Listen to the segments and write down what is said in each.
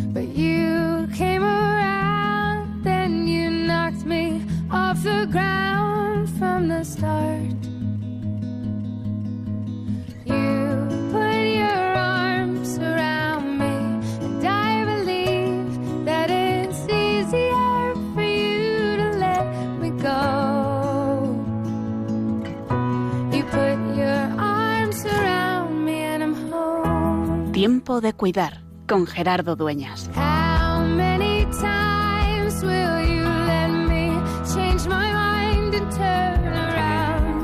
but you came around, then you knocked me off the ground from the start. You put your arms around me, and I believe that it's easier for you to let me go. You put your arms around me and I'm home. Tiempo de cuidar, con Gerardo Dueñas. How many times will you let me change my mind and turn around?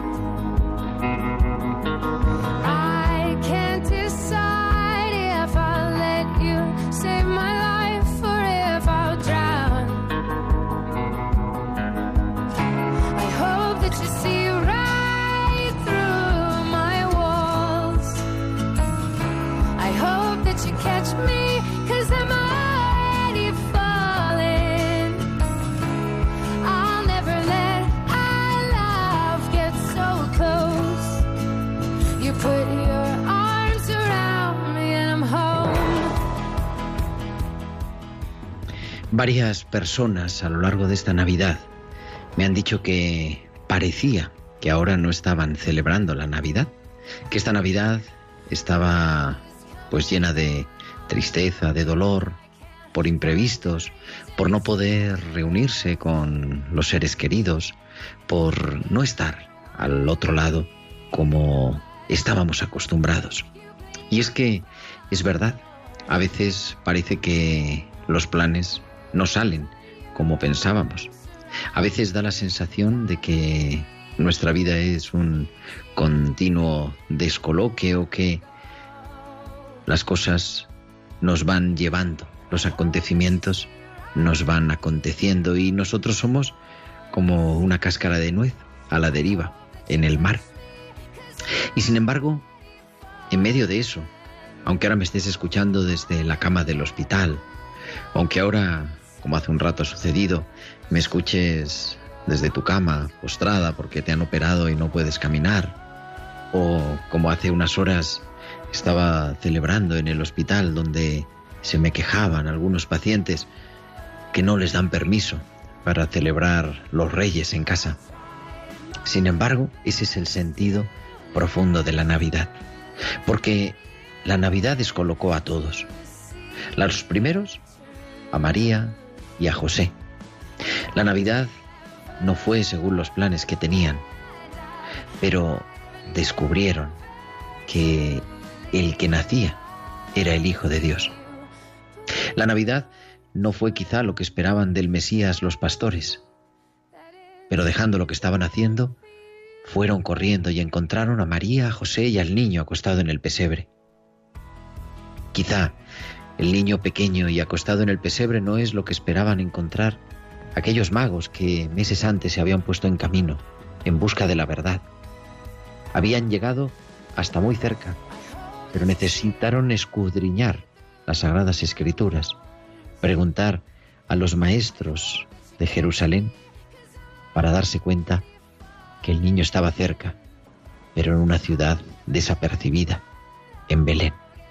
I can't decide if I'll let you save my life or if I'll drown. I hope that you see right through my walls. I hope that you catch me, 'cause I'm already falling. I'll never let our love get so close. You put your arms around me and I'm home. Varias personas a lo largo de esta Navidad me han dicho que parecía que ahora no estaban celebrando la Navidad, que esta Navidad estaba pues llena de tristeza, de dolor, por imprevistos, por no poder reunirse con los seres queridos, por no estar al otro lado como estábamos acostumbrados. Y es que es verdad, a veces parece que los planes no salen como pensábamos. A veces da la sensación de que nuestra vida es un continuo descoloque o que las cosas nos van llevando, los acontecimientos nos van aconteciendo y nosotros somos como una cáscara de nuez a la deriva en el mar. Y sin embargo, en medio de eso, aunque ahora me estés escuchando desde la cama del hospital, aunque ahora, como hace un rato ha sucedido, me escuches desde tu cama, postrada porque te han operado y no puedes caminar, o como hace unas horas estaba celebrando en el hospital donde se me quejaban algunos pacientes que no les dan permiso para celebrar los Reyes en casa. Sin embargo, ese es el sentido profundo de la Navidad, porque la Navidad descolocó a todos. Los primeros, a María y a José. La Navidad no fue según los planes que tenían, pero descubrieron que el que nacía era el Hijo de Dios. La Navidad no fue quizá lo que esperaban del Mesías los pastores, pero dejando lo que estaban haciendo, fueron corriendo y encontraron a María, a José y al niño acostado en el pesebre. Quizá el niño pequeño y acostado en el pesebre no es lo que esperaban encontrar aquellos magos que meses antes se habían puesto en camino, en busca de la verdad. Habían llegado hasta muy cerca, pero necesitaron escudriñar las Sagradas Escrituras, preguntar a los maestros de Jerusalén para darse cuenta que el niño estaba cerca, pero en una ciudad desapercibida, en Belén.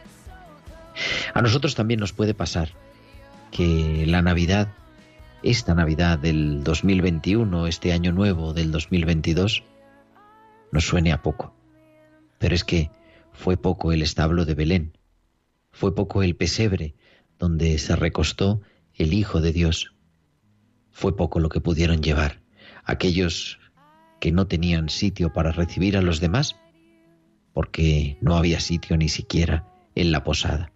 A nosotros también nos puede pasar que la Navidad, esta Navidad del 2021, este año nuevo del 2022, nos suene a poco. Pero es que fue poco el establo de Belén, fue poco el pesebre donde se recostó el Hijo de Dios. Fue poco lo que pudieron llevar aquellos que no tenían sitio para recibir a los demás, porque no había sitio ni siquiera en la posada.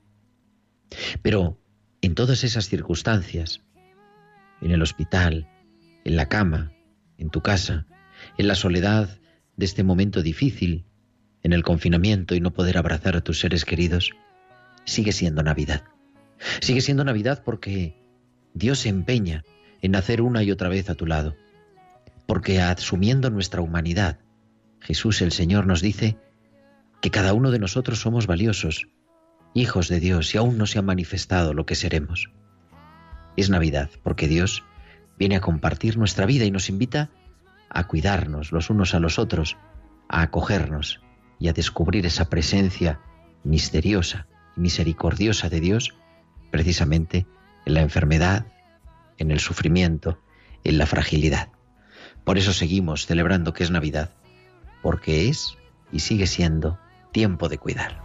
Pero en todas esas circunstancias, en el hospital, en la cama, en tu casa, en la soledad de este momento difícil, en el confinamiento y no poder abrazar a tus seres queridos, sigue siendo Navidad. Sigue siendo Navidad porque Dios se empeña en nacer una y otra vez a tu lado. Porque asumiendo nuestra humanidad, Jesús el Señor nos dice que cada uno de nosotros somos valiosos, hijos de Dios, y aún no se ha manifestado lo que seremos. Es Navidad porque Dios viene a compartir nuestra vida y nos invita a cuidarnos los unos a los otros, a acogernos y a descubrir esa presencia misteriosa y misericordiosa de Dios precisamente en la enfermedad, en el sufrimiento, en la fragilidad. Por eso seguimos celebrando que es Navidad, porque es y sigue siendo tiempo de cuidar.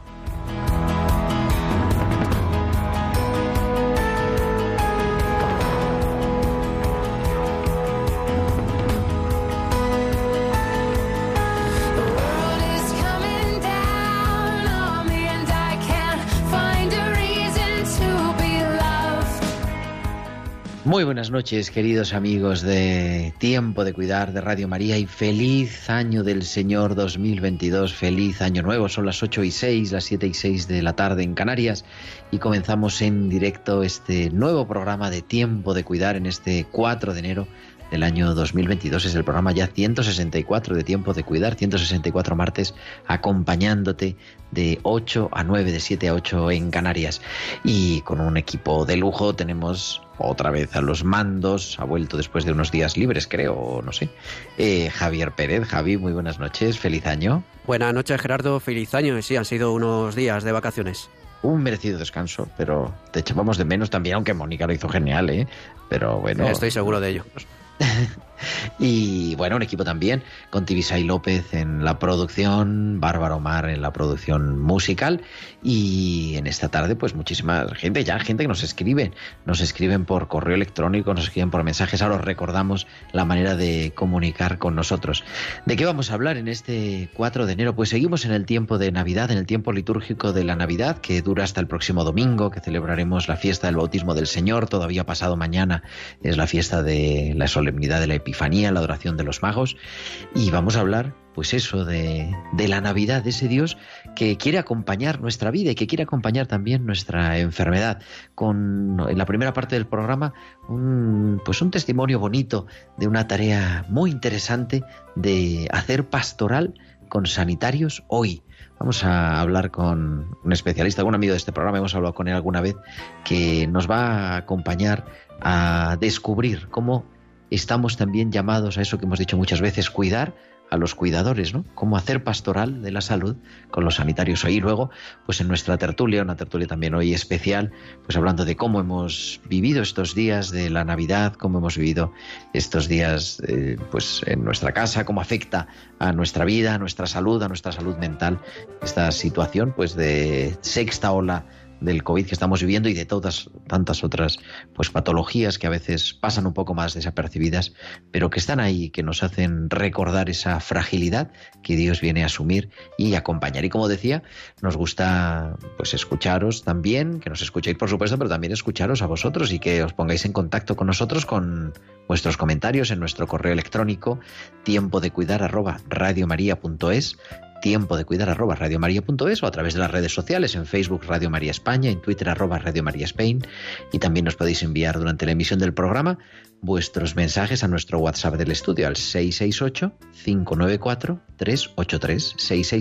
Muy buenas noches, queridos amigos de Tiempo de Cuidar de Radio María, y feliz año del Señor 2022, feliz año nuevo. Son las 8:06, las 7:06 de la tarde en Canarias, y comenzamos en directo este nuevo programa de Tiempo de Cuidar en este 4 de enero del año 2022. Es el programa ya 164 de Tiempo de Cuidar, 164 martes, acompañándote de 8 a 9, de 7 a 8 en Canarias. Y con un equipo de lujo tenemos otra vez a los mandos, ha vuelto después de unos días libres, creo, no sé, Javier Pérez. Javi, muy buenas noches, feliz año. Buenas noches, Gerardo, feliz año. Sí, han sido unos días de vacaciones. Un merecido descanso, pero te echábamos de menos también, aunque Mónica lo hizo genial, ¿eh? Pero bueno... Estoy seguro de ello. Y bueno, un equipo también con Tibisay López en la producción, Bárbara Omar en la producción musical, y en esta tarde pues muchísima gente, ya gente que nos escriben por correo electrónico, nos escriben por mensajes. Ahora os recordamos la manera de comunicar con nosotros. ¿De qué vamos a hablar en este 4 de enero? Pues seguimos en el tiempo de Navidad, en el tiempo litúrgico de la Navidad, que dura hasta el próximo domingo, que celebraremos la fiesta del bautismo del Señor. Todavía pasado mañana es la fiesta de la solemnidad de la Epifanía, la adoración de los magos, y vamos a hablar pues eso de la Navidad, de ese Dios que quiere acompañar nuestra vida y que quiere acompañar también nuestra enfermedad. En la primera parte del programa un testimonio bonito de una tarea muy interesante de hacer pastoral con sanitarios hoy. Vamos a hablar con un especialista, algún amigo de este programa, hemos hablado con él alguna vez, que nos va a acompañar a descubrir cómo estamos también llamados a eso que hemos dicho muchas veces, cuidar a los cuidadores, ¿no? Cómo hacer pastoral de la salud con los sanitarios hoy. Y luego, pues en nuestra tertulia, una tertulia también hoy especial, pues hablando de cómo hemos vivido estos días de la Navidad, cómo hemos vivido estos días pues en nuestra casa, cómo afecta a nuestra vida, a nuestra salud mental, esta situación pues de sexta ola del COVID que estamos viviendo y de todas tantas otras pues patologías que a veces pasan un poco más desapercibidas, pero que están ahí, que nos hacen recordar esa fragilidad que Dios viene a asumir y acompañar. Y como decía, nos gusta pues escucharos también, que nos escuchéis por supuesto, pero también escucharos a vosotros y que os pongáis en contacto con nosotros con vuestros comentarios en nuestro correo electrónico tiempodecuidar@radiomaria.es, tiempodecuidar@radiomaria.es, o a través de las redes sociales, en Facebook Radio María España, en Twitter @Radio María Spain, y también nos podéis enviar durante la emisión del programa vuestros mensajes a nuestro WhatsApp del estudio al 668-594-383,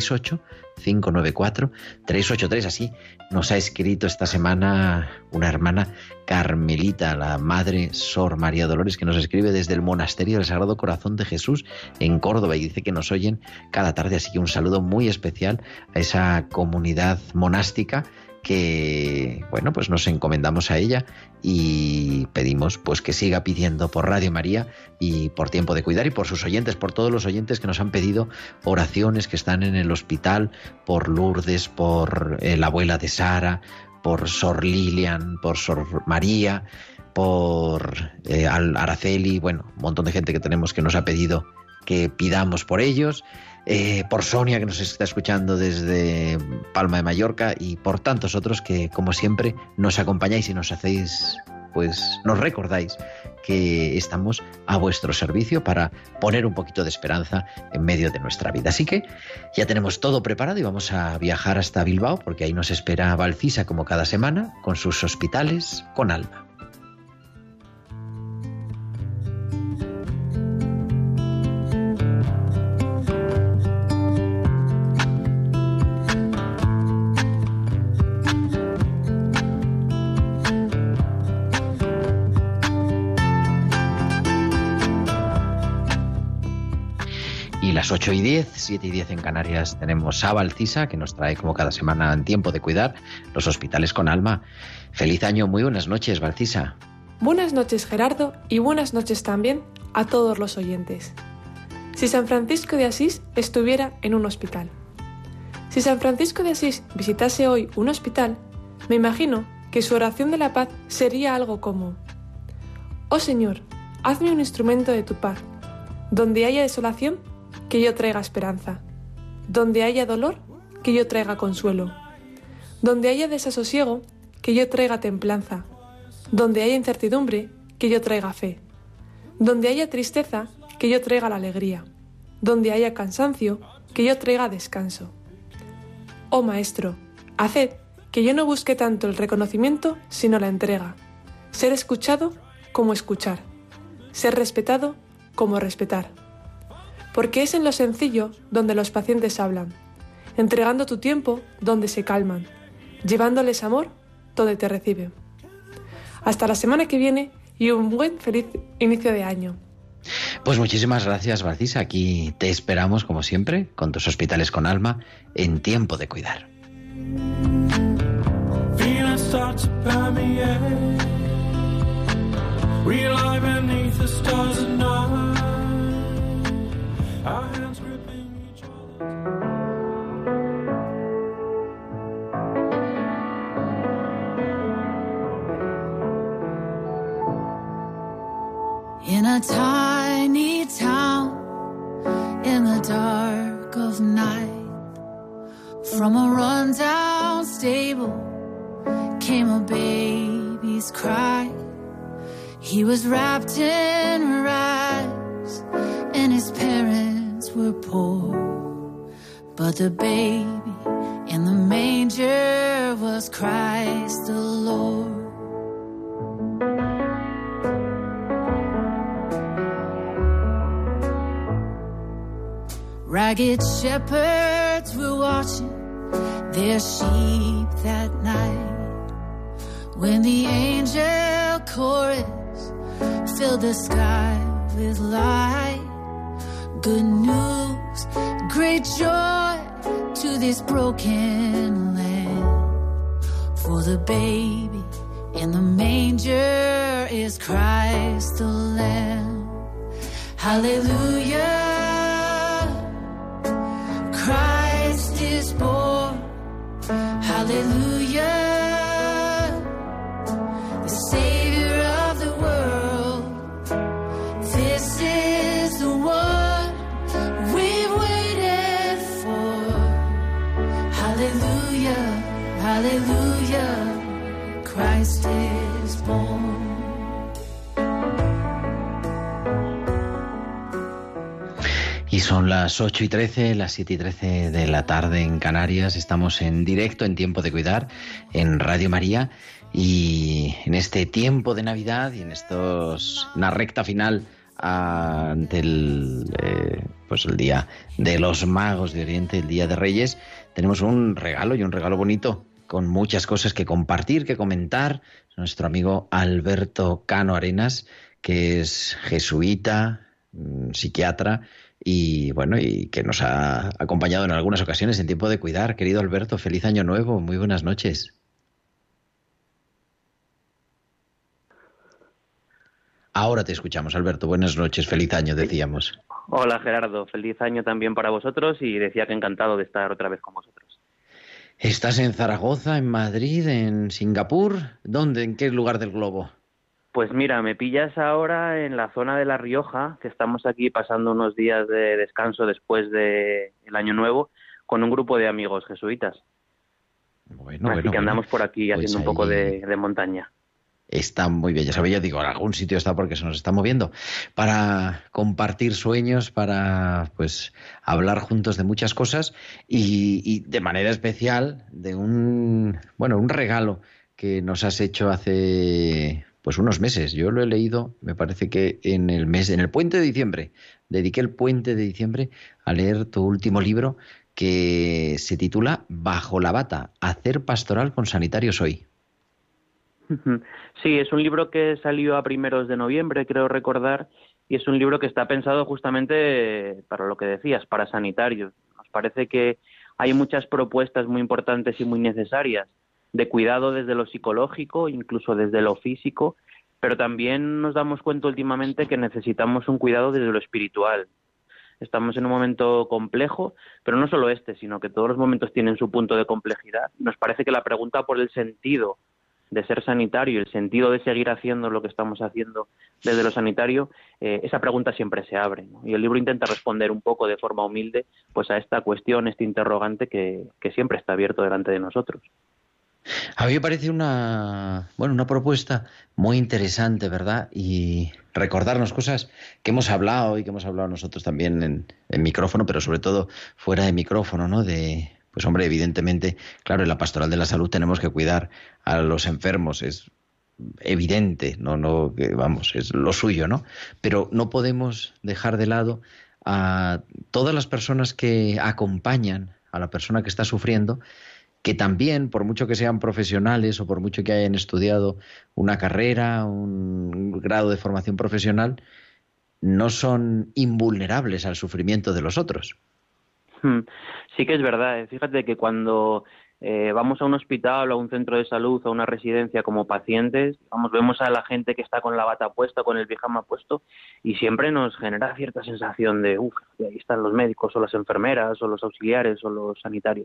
668-594-383. Así nos ha escrito esta semana una hermana carmelita, la Madre Sor María Dolores, que nos escribe desde el Monasterio del Sagrado Corazón de Jesús en Córdoba, y dice que nos oyen cada tarde, así que un saludo muy especial a esa comunidad monástica que, bueno, pues nos encomendamos a ella y pedimos pues que siga pidiendo por Radio María y por Tiempo de Cuidar y por sus oyentes, por todos los oyentes que nos han pedido oraciones, que están en el hospital, por Lourdes, por la abuela de Sara, por Sor Lilian, por Sor María, por Araceli, bueno, un montón de gente que tenemos que nos ha pedido que pidamos por ellos, por Sonia, que nos está escuchando desde Palma de Mallorca, y por tantos otros que, como siempre, nos acompañáis y nos hacéis, pues nos recordáis que estamos a vuestro servicio para poner un poquito de esperanza en medio de nuestra vida. Así que ya tenemos todo preparado y vamos a viajar hasta Bilbao, porque ahí nos espera Valcisa como cada semana, con sus hospitales con alma. las 8:10, 7:10 en Canarias, tenemos a Valcisa, que nos trae como cada semana en Tiempo de Cuidar los hospitales con alma. Feliz año, muy buenas noches, Valcisa. Buenas noches, Gerardo, y buenas noches también a todos los oyentes. Si San Francisco de Asís estuviera en un hospital. Si San Francisco de Asís visitase hoy un hospital, me imagino que su oración de la paz sería algo como: Oh Señor, hazme un instrumento de tu paz. Donde haya desolación, que yo traiga esperanza. Donde haya dolor, que yo traiga consuelo. Donde haya desasosiego, que yo traiga templanza. Donde haya incertidumbre, que yo traiga fe. Donde haya tristeza, que yo traiga la alegría. Donde haya cansancio, que yo traiga descanso. Oh Maestro, haced que yo no busque tanto el reconocimiento, sino la entrega. Ser escuchado como escuchar. Ser respetado como respetar. Porque es en lo sencillo donde los pacientes hablan, entregando tu tiempo donde se calman, llevándoles amor donde te reciben. Hasta la semana que viene y un buen feliz inicio de año. Pues muchísimas gracias, Valcisa. Aquí te esperamos, como siempre, con tus hospitales con alma, en Tiempo de Cuidar. In a tiny town, in the dark of night, from a rundown stable came a baby's cry. He was wrapped in rags and his parents were poor, but the baby in the manger was Christ the Lord. Ragged shepherds were watching their sheep that night, when the angel chorus filled the sky with light. Good news, great joy to this broken land, for the baby in the manger is Christ the Lamb. Hallelujah. Christ is born, hallelujah, the Savior of the world. This is the one we've waited for. Hallelujah, hallelujah, Christ is born. Y son las 8:13, las 7:13 de la tarde en Canarias. Estamos en directo en Tiempo de Cuidar en Radio María, y en este tiempo de Navidad y en una recta final ante el Día de los Magos de Oriente, el Día de Reyes, tenemos un regalo, y un regalo bonito, con muchas cosas que compartir, que comentar. Nuestro amigo Alberto Cano Arenas, que es jesuita, psiquiatra, y que nos ha acompañado en algunas ocasiones en Tiempo de Cuidar. Querido Alberto, feliz año nuevo, muy buenas noches. Ahora te escuchamos, Alberto. Buenas noches, feliz año, decíamos. Hola, Gerardo, feliz año también para vosotros, y decía que encantado de estar otra vez con vosotros. ¿Estás en Zaragoza, en Madrid, en Singapur? ¿Dónde? ¿En qué lugar del globo? Pues mira, me pillas ahora en la zona de La Rioja, que estamos aquí pasando unos días de descanso después del Año Nuevo, con un grupo de amigos jesuitas. Así que andamos por aquí haciendo un poco de montaña. Está muy bien, ya sabía, digo, en algún sitio está, porque se nos está moviendo, para compartir sueños, para hablar juntos de muchas cosas, y de manera especial de un regalo que nos has hecho hace unos meses. Yo lo he leído, me parece que en el puente de diciembre. Dediqué el puente de diciembre a leer tu último libro, que se titula Bajo la bata, hacer pastoral con sanitarios hoy. Sí, es un libro que salió a primeros de noviembre, creo recordar, y es un libro que está pensado justamente para lo que decías, para sanitarios. Nos parece que hay muchas propuestas muy importantes y muy necesarias de cuidado desde lo psicológico, incluso desde lo físico, pero también nos damos cuenta últimamente que necesitamos un cuidado desde lo espiritual. Estamos en un momento complejo, pero no solo sino que todos los momentos tienen su punto de complejidad. Nos parece que la pregunta por el sentido de ser sanitario y el sentido de seguir haciendo lo que estamos haciendo desde lo sanitario, esa pregunta siempre se abre, ¿no? Y el libro intenta responder un poco de forma humilde pues a esta cuestión, este interrogante que siempre está abierto delante de nosotros. A mí me parece una propuesta muy interesante, ¿verdad? Y recordarnos cosas que hemos hablado y que hemos hablado nosotros también en micrófono, pero sobre todo fuera de micrófono, ¿no? Pues hombre, evidentemente, claro, en la pastoral de la salud tenemos que cuidar a los enfermos, es evidente, es lo suyo, ¿no? Pero no podemos dejar de lado a todas las personas que acompañan a la persona que está sufriendo, que también, por mucho que sean profesionales o por mucho que hayan estudiado una carrera, un grado de formación profesional, no son invulnerables al sufrimiento de los otros. Sí que es verdad. Fíjate que cuando vamos a un hospital o a un centro de salud o a una residencia como pacientes, vemos a la gente que está con la bata puesta, con el pijama puesto, y siempre nos genera cierta sensación de ahí están los médicos o las enfermeras o los auxiliares o los sanitarios.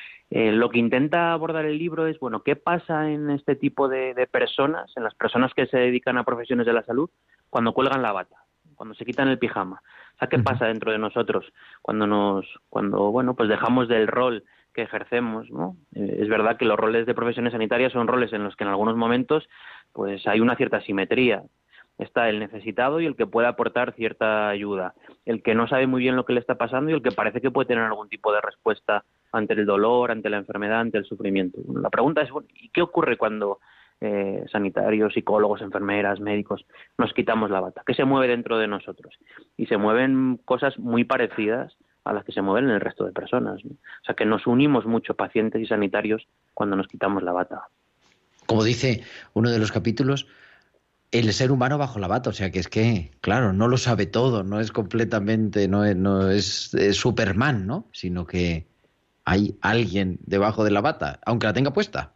Lo que intenta abordar el libro es, ¿qué pasa en este tipo de personas, en las personas que se dedican a profesiones de la salud, cuando cuelgan la bata, cuando se quitan el pijama? O sea, ¿qué pasa dentro de nosotros cuando pues dejamos del rol que ejercemos, ¿no? Es verdad que los roles de profesiones sanitarias son roles en los que en algunos momentos pues hay una cierta simetría. Está el necesitado y el que puede aportar cierta ayuda, el que no sabe muy bien lo que le está pasando y el que parece que puede tener algún tipo de respuesta ante el dolor, ante la enfermedad, ante el sufrimiento. La pregunta es, ¿y qué ocurre cuando sanitarios, psicólogos, enfermeras, médicos nos quitamos la bata? ¿Qué se mueve dentro de nosotros? Y se mueven cosas muy parecidas a las que se mueven en el resto de personas, ¿no? O sea, que nos unimos mucho pacientes y sanitarios cuando nos quitamos la bata. Como dice uno de los capítulos, el ser humano bajo la bata, o sea que claro, no lo sabe todo, no es completamente, no es Superman, ¿no? Sino que hay alguien debajo de la bata, aunque la tenga puesta.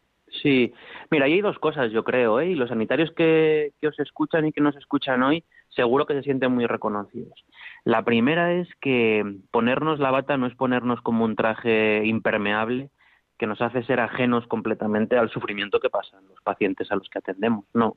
Sí, mira, ahí hay dos cosas, yo creo, y los sanitarios que os escuchan y que nos escuchan hoy seguro que se sienten muy reconocidos. La primera es que ponernos la bata no es ponernos como un traje impermeable que nos hace ser ajenos completamente al sufrimiento que pasan los pacientes a los que atendemos. No,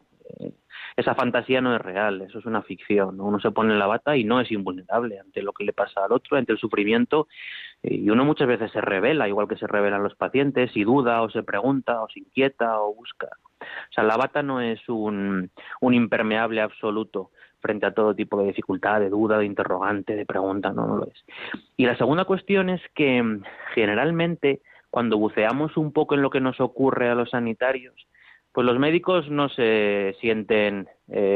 esa fantasía no es real, eso es una ficción, ¿no? Uno se pone la bata y no es invulnerable ante lo que le pasa al otro, ante el sufrimiento, y uno muchas veces se revela, igual que se revelan los pacientes, y duda, o se pregunta, o se inquieta, o busca. O sea, la bata no es un impermeable absoluto frente a todo tipo de dificultad, de duda, de interrogante, de pregunta, no lo es. Y la segunda cuestión es que generalmente cuando buceamos un poco en lo que nos ocurre a los sanitarios, pues los médicos no se sienten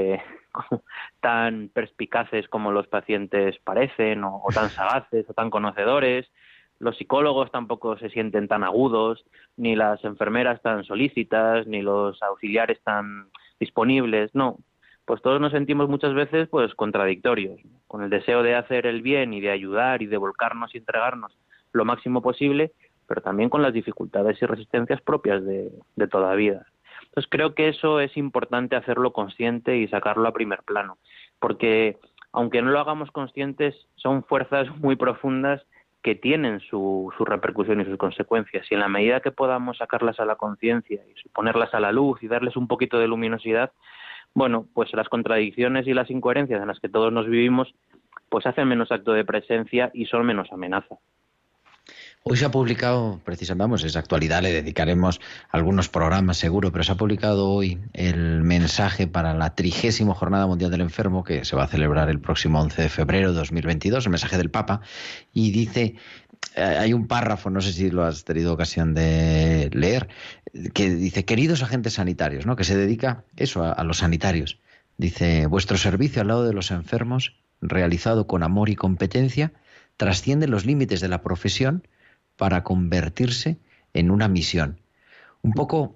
tan perspicaces como los pacientes parecen, o tan sagaces, o tan conocedores. Los psicólogos tampoco se sienten tan agudos, ni las enfermeras tan solícitas, ni los auxiliares tan disponibles. No, pues todos nos sentimos muchas veces pues contradictorios, ¿no? Con el deseo de hacer el bien y de ayudar y de volcarnos y entregarnos lo máximo posible, pero también con las dificultades y resistencias propias de toda vida. Entonces creo que eso es importante hacerlo consciente y sacarlo a primer plano, porque aunque no lo hagamos conscientes, son fuerzas muy profundas que tienen su repercusión y sus consecuencias, y en la medida que podamos sacarlas a la conciencia y ponerlas a la luz y darles un poquito de luminosidad, pues las contradicciones y las incoherencias en las que todos nos vivimos pues hacen menos acto de presencia y son menos amenaza. Hoy se ha publicado, precisamente, es actualidad, le dedicaremos algunos programas seguro, pero se ha publicado hoy el mensaje para la 30ª Jornada Mundial del Enfermo, que se va a celebrar el próximo 11 de febrero de 2022, el mensaje del Papa, y dice, hay un párrafo, no sé si lo has tenido ocasión de leer, que dice, queridos agentes sanitarios, ¿no? Que se dedica eso a los sanitarios. Dice, vuestro servicio al lado de los enfermos, realizado con amor y competencia, trasciende los límites de la profesión para convertirse en una misión. Un poco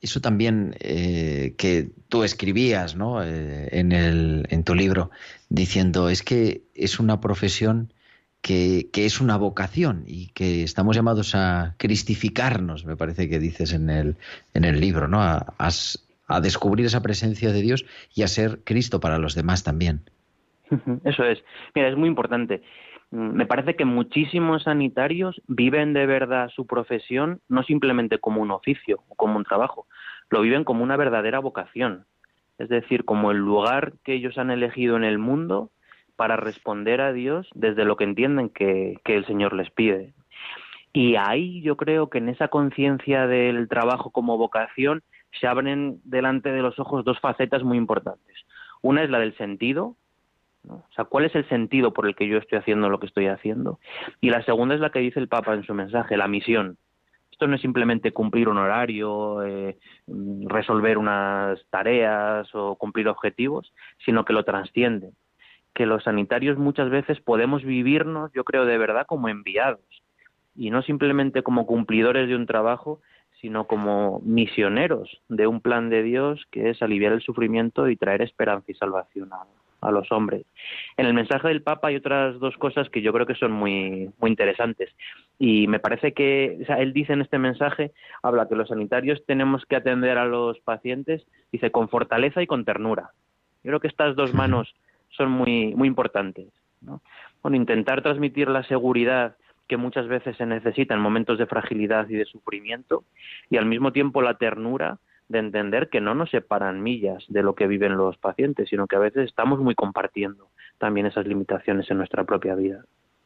eso también que tú escribías, ¿no? En tu libro, diciendo, es que es una profesión que es una vocación y que estamos llamados a cristificarnos, me parece que dices en el libro, ¿no? A descubrir esa presencia de Dios y a ser Cristo para los demás también. Eso es. Mira, es muy importante. Me parece que muchísimos sanitarios viven de verdad su profesión no simplemente como un oficio o como un trabajo, lo viven como una verdadera vocación. Es decir, como el lugar que ellos han elegido en el mundo para responder a Dios desde lo que entienden que el Señor les pide. Y ahí yo creo que en esa conciencia del trabajo como vocación se abren delante de los ojos dos facetas muy importantes. Una es la del sentido, ¿no? O sea, ¿cuál es el sentido por el que yo estoy haciendo lo que estoy haciendo? Y la segunda es la que dice el Papa en su mensaje, la misión. Esto no es simplemente cumplir un horario, resolver unas tareas o cumplir objetivos, sino que lo trasciende. Que los sanitarios muchas veces podemos vivirnos, yo creo, de verdad como enviados, y no simplemente como cumplidores de un trabajo, sino como misioneros de un plan de Dios que es aliviar el sufrimiento y traer esperanza y salvación a los hombres. En el mensaje del Papa hay otras dos cosas que yo creo que son muy, muy interesantes. Y me parece que, o sea, él dice en este mensaje, habla que los sanitarios tenemos que atender a los pacientes, dice, con fortaleza y con ternura. Yo creo que estas dos manos son muy, muy importantes, ¿no? Bueno, intentar transmitir la seguridad que muchas veces se necesita en momentos de fragilidad y de sufrimiento, y al mismo tiempo la ternura de entender que no nos separan millas de lo que viven los pacientes, sino que a veces estamos muy compartiendo también esas limitaciones en nuestra propia vida.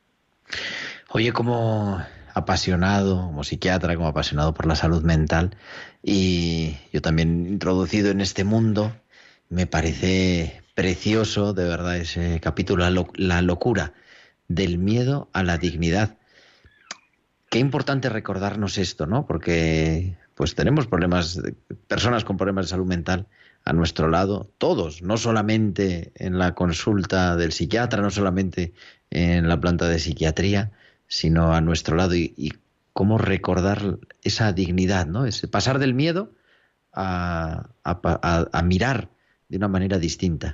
Oye, como apasionado, como psiquiatra, como apasionado por la salud mental, y yo también introducido en este mundo, me parece precioso, de verdad, ese capítulo, la locura del miedo a la dignidad. Qué importante recordarnos esto, ¿no? Porque pues tenemos personas con problemas de salud mental a nuestro lado, todos, no solamente en la consulta del psiquiatra, no solamente en la planta de psiquiatría, sino a nuestro lado, y cómo recordar esa dignidad, ¿no? Ese pasar del miedo a mirar de una manera distinta.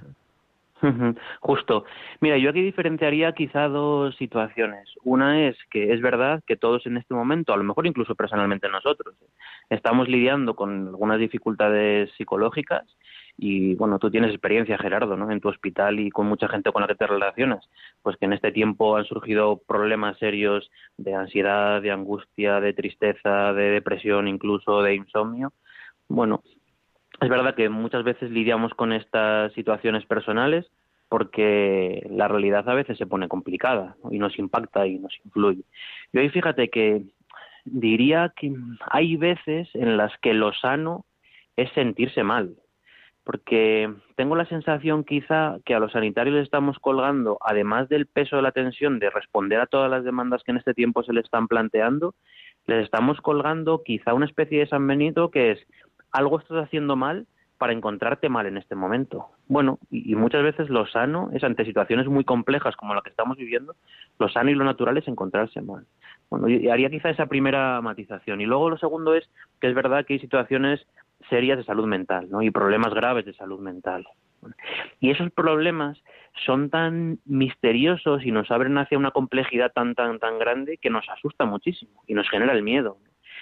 Justo. Mira, yo aquí diferenciaría quizá dos situaciones. Una es que es verdad que todos en este momento, a lo mejor incluso personalmente nosotros, estamos lidiando con algunas dificultades psicológicas y, bueno, tú tienes experiencia, Gerardo, ¿no? En tu hospital y con mucha gente con la que te relacionas, pues que en este tiempo han surgido problemas serios de ansiedad, de angustia, de tristeza, de depresión, incluso de insomnio. Bueno, es verdad que muchas veces lidiamos con estas situaciones personales porque la realidad a veces se pone complicada, ¿no? Y nos impacta y nos influye. Y hoy fíjate que diría que hay veces en las que lo sano es sentirse mal, porque tengo la sensación quizá que a los sanitarios les estamos colgando, además del peso de la tensión de responder a todas las demandas que en este tiempo se les están planteando, les estamos colgando quizá una especie de San Benito que es: algo estás haciendo mal para encontrarte mal en este momento. Bueno, y muchas veces lo sano es, ante situaciones muy complejas como la que estamos viviendo, lo sano y lo natural es encontrarse mal. Bueno, yo haría quizá esa primera matización. Y luego lo segundo es que es verdad que hay situaciones serias de salud mental, ¿no? Y problemas graves de salud mental. Y esos problemas son tan misteriosos y nos abren hacia una complejidad tan grande que nos asusta muchísimo y nos genera el miedo.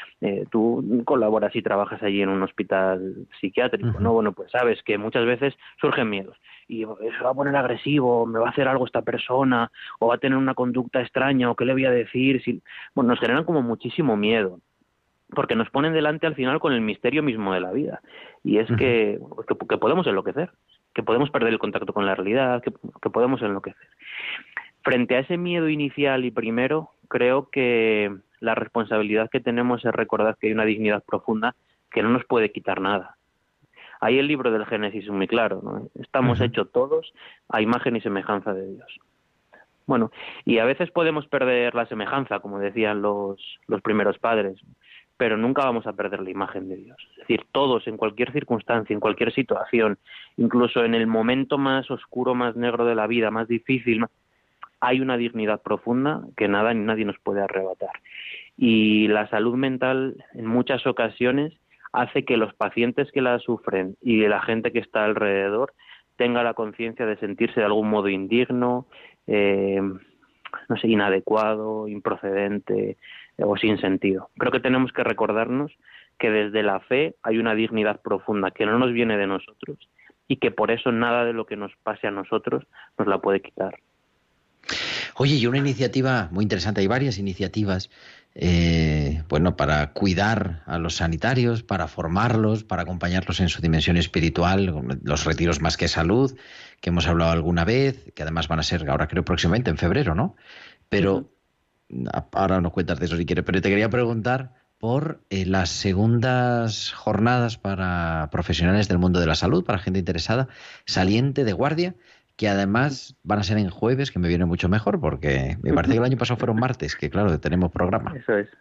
Tú colaboras y trabajas allí en un hospital psiquiátrico, ¿no? Bueno, pues sabes que muchas veces surgen miedos. Y se va a poner agresivo, me va a hacer algo esta persona, o va a tener una conducta extraña, o qué le voy a decir. Bueno, nos generan como muchísimo miedo, porque nos ponen delante al final con el misterio mismo de la vida. Y es que podemos enloquecer, que podemos perder el contacto con la realidad, que podemos enloquecer. Frente a ese miedo inicial y primero, creo que la responsabilidad que tenemos es recordar que hay una dignidad profunda que no nos puede quitar nada. Ahí el libro del Génesis es muy claro, ¿no? Estamos hechos todos a imagen y semejanza de Dios. Bueno, y a veces podemos perder la semejanza, como decían los primeros padres, pero nunca vamos a perder la imagen de Dios. Es decir, todos, en cualquier circunstancia, en cualquier situación, incluso en el momento más oscuro, más negro de la vida, más difícil, hay una dignidad profunda que nada ni nadie nos puede arrebatar. Y la salud mental, en muchas ocasiones, hace que los pacientes que la sufren y la gente que está alrededor tenga la conciencia de sentirse de algún modo indigno, no sé, inadecuado, improcedente o sin sentido. Creo que tenemos que recordarnos que desde la fe hay una dignidad profunda que no nos viene de nosotros y que por eso nada de lo que nos pase a nosotros nos la puede quitar. Oye, y una iniciativa muy interesante, hay varias iniciativas, para cuidar a los sanitarios, para formarlos, para acompañarlos en su dimensión espiritual, los retiros Más que Salud, que hemos hablado alguna vez, que además van a ser ahora creo próximamente en febrero, ¿no? Pero ahora nos cuentas de eso si quieres, pero te quería preguntar por las segundas jornadas para profesionales del mundo de la salud, para gente interesada, saliente de guardia, que además van a ser en jueves, que me viene mucho mejor, porque me parece que el año pasado fueron martes, que claro, tenemos programa. Eso es.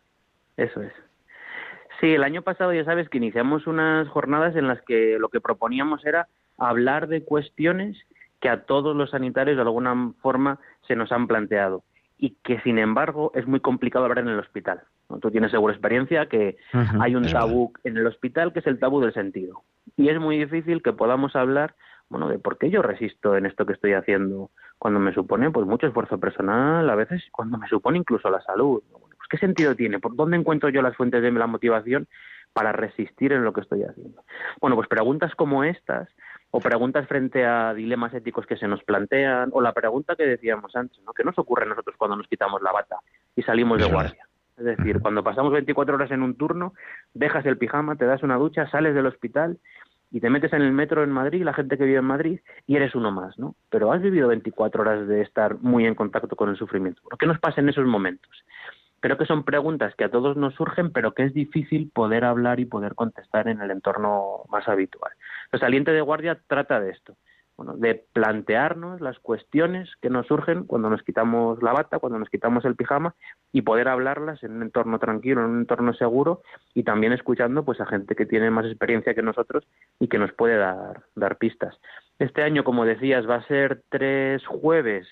Sí, el año pasado ya sabes que iniciamos unas jornadas en las que lo que proponíamos era hablar de cuestiones que a todos los sanitarios de alguna forma se nos han planteado y que sin embargo es muy complicado hablar en el hospital. Tú tienes seguro experiencia que hay un tabú en el hospital que es el tabú del sentido. Y es muy difícil que podamos hablar de por qué yo resisto en esto que estoy haciendo cuando me supone pues mucho esfuerzo personal, a veces cuando me supone incluso la salud. Pues ¿qué sentido tiene? ¿Por dónde encuentro yo las fuentes de la motivación para resistir en lo que estoy haciendo? Bueno, pues preguntas como estas, o preguntas frente a dilemas éticos que se nos plantean, o la pregunta que decíamos antes, ¿no? ¿Qué nos ocurre a nosotros cuando nos quitamos la bata y salimos de guardia? Es decir, cuando pasamos 24 horas en un turno, dejas el pijama, te das una ducha, sales del hospital y te metes en el metro en Madrid, la gente que vive en Madrid, y eres uno más, ¿no? Pero has vivido 24 horas de estar muy en contacto con el sufrimiento. ¿Por qué nos pasa en esos momentos? Creo que son preguntas que a todos nos surgen, pero que es difícil poder hablar y poder contestar en el entorno más habitual. El saliente de guardia trata de esto, de plantearnos las cuestiones que nos surgen cuando nos quitamos la bata, cuando nos quitamos el pijama, y poder hablarlas en un entorno tranquilo, en un entorno seguro, y también escuchando pues a gente que tiene más experiencia que nosotros y que nos puede dar pistas. Este año, como decías, va a ser 3 jueves,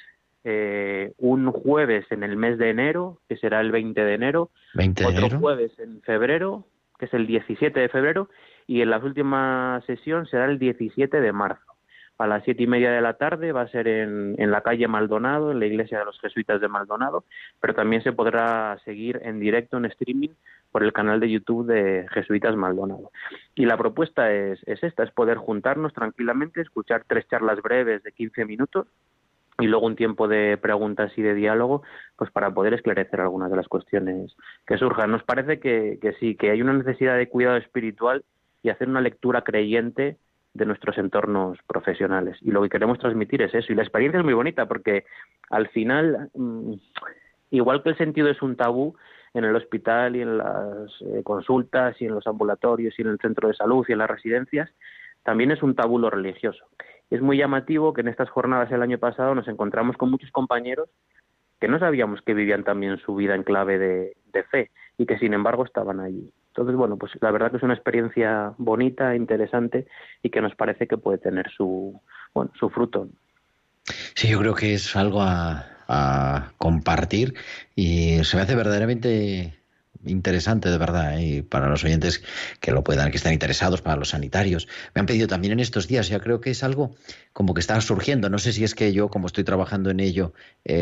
un jueves en el mes de enero, que será el 20 de enero, otro jueves en febrero, que es el 17 de febrero, y en la última sesión será el 17 de marzo. A las 7:30 de la tarde va a ser en la calle Maldonado, en la iglesia de los jesuitas de Maldonado, pero también se podrá seguir en directo, en streaming, por el canal de YouTube de Jesuitas Maldonado. Y la propuesta es esta, es poder juntarnos tranquilamente, escuchar 3 charlas breves de 15 minutos y luego un tiempo de preguntas y de diálogo, pues para poder esclarecer algunas de las cuestiones que surjan. Nos parece que sí, que hay una necesidad de cuidado espiritual y hacer una lectura creyente de nuestros entornos profesionales, y lo que queremos transmitir es eso, y la experiencia es muy bonita porque al final, igual que el sentido es un tabú en el hospital y en las consultas y en los ambulatorios y en el centro de salud y en las residencias, también es un tabú lo religioso. Es muy llamativo que en estas jornadas el año pasado nos encontramos con muchos compañeros que no sabíamos que vivían también su vida en clave de fe y que sin embargo estaban allí. Entonces, pues la verdad que es una experiencia bonita, interesante y que nos parece que puede tener su fruto. Sí, yo creo que es algo a compartir y se me hace verdaderamente interesante, de verdad, y para los oyentes que lo puedan, que estén interesados, para los sanitarios. Me han pedido también en estos días, ya creo que es algo como que está surgiendo, no sé si es que yo, como estoy trabajando en ello,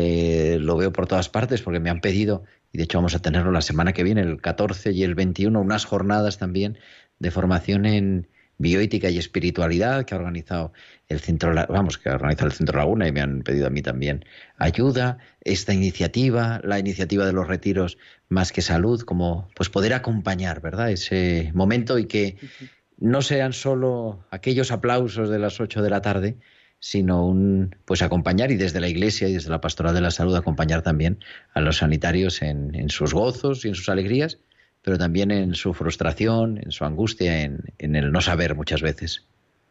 lo veo por todas partes, porque me han pedido, y de hecho vamos a tenerlo la semana que viene, el 14 y el 21, unas jornadas también de formación en bioética y espiritualidad que ha organizado el Centro Laguna, y me han pedido a mí también ayuda. Esta iniciativa, la iniciativa de los retiros Más que Salud, como pues poder acompañar, ¿verdad?, ese momento y que no sean solo aquellos aplausos de las 8 de la tarde, sino pues acompañar, y desde la Iglesia y desde la Pastoral de la Salud acompañar también a los sanitarios en sus gozos y en sus alegrías, pero también en su frustración, en su angustia, en el no saber muchas veces.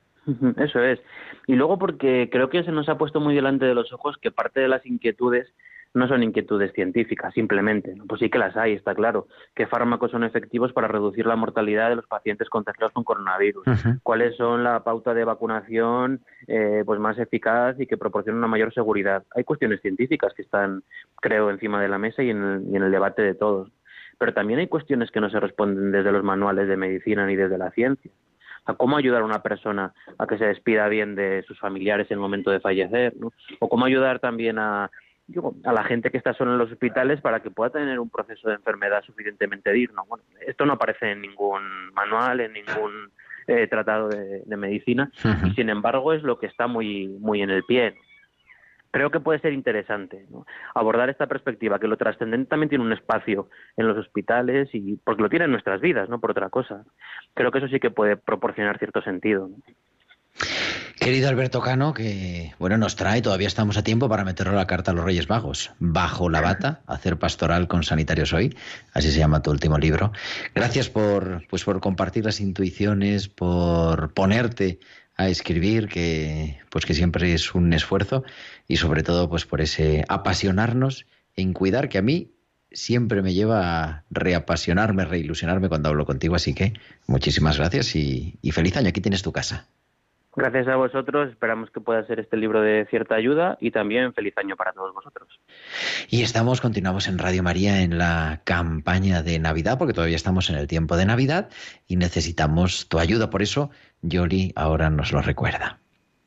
Eso es. Y luego porque creo que se nos ha puesto muy delante de los ojos que parte de las inquietudes no son inquietudes científicas, simplemente. Pues sí que las hay, está claro. ¿Qué fármacos son efectivos para reducir la mortalidad de los pacientes contagiados con coronavirus? ¿Cuáles son la pauta de vacunación pues más eficaz y que proporciona una mayor seguridad? Hay cuestiones científicas que están, creo, encima de la mesa y en el debate de todos. pero también hay cuestiones que no se responden desde los manuales de medicina ni desde la ciencia. O sea, cómo ayudar a una persona a que se despida bien de sus familiares en el momento de fallecer, ¿no? O cómo ayudar también a la gente que está sola en los hospitales para que pueda tener un proceso de enfermedad suficientemente digno. Bueno, esto no aparece en ningún manual, en ningún tratado de medicina, y sin embargo es lo que está muy, muy en el pie, ¿no? Creo que puede ser interesante, ¿no?, abordar esta perspectiva, que lo trascendente también tiene un espacio en los hospitales, y porque lo tiene en nuestras vidas, no por otra cosa. Creo que eso sí que puede proporcionar cierto sentido, ¿no? Querido Alberto Cano, que nos trae, todavía estamos a tiempo para meterlo a la carta a los Reyes Magos. Bajo la bata, hacer pastoral con Sanitarios Hoy, así se llama tu último libro. Gracias por compartir las intuiciones, por ponerte a escribir, que siempre es un esfuerzo, y sobre todo por ese apasionarnos en cuidar, que a mí siempre me lleva a reapasionarme, reilusionarme cuando hablo contigo. Así que muchísimas gracias y feliz año. Aquí tienes tu casa. Gracias a vosotros, esperamos que pueda ser este libro de cierta ayuda, y también feliz año para todos vosotros. Y continuamos en Radio María en la campaña de Navidad, porque todavía estamos en el tiempo de Navidad y necesitamos tu ayuda. Por eso, Yoli ahora nos lo recuerda.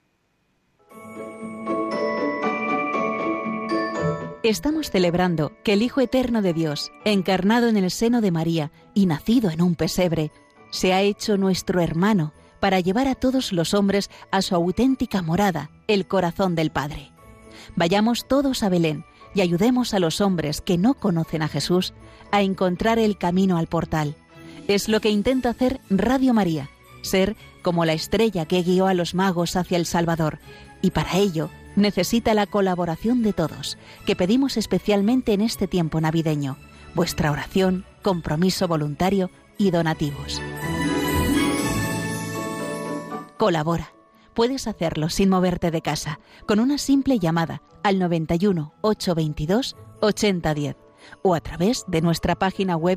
Estamos celebrando que el Hijo Eterno de Dios, encarnado en el seno de María y nacido en un pesebre, se ha hecho nuestro hermano, para llevar a todos los hombres a su auténtica morada, el corazón del Padre. Vayamos todos a Belén y ayudemos a los hombres que no conocen a Jesús a encontrar el camino al portal. Es lo que intenta hacer Radio María, ser como la estrella que guió a los magos hacia el Salvador, y para ello necesita la colaboración de todos, que pedimos especialmente en este tiempo navideño: vuestra oración, compromiso voluntario y donativos. Colabora. Puedes hacerlo sin moverte de casa, con una simple llamada al 91 822 8010 o a través de nuestra página web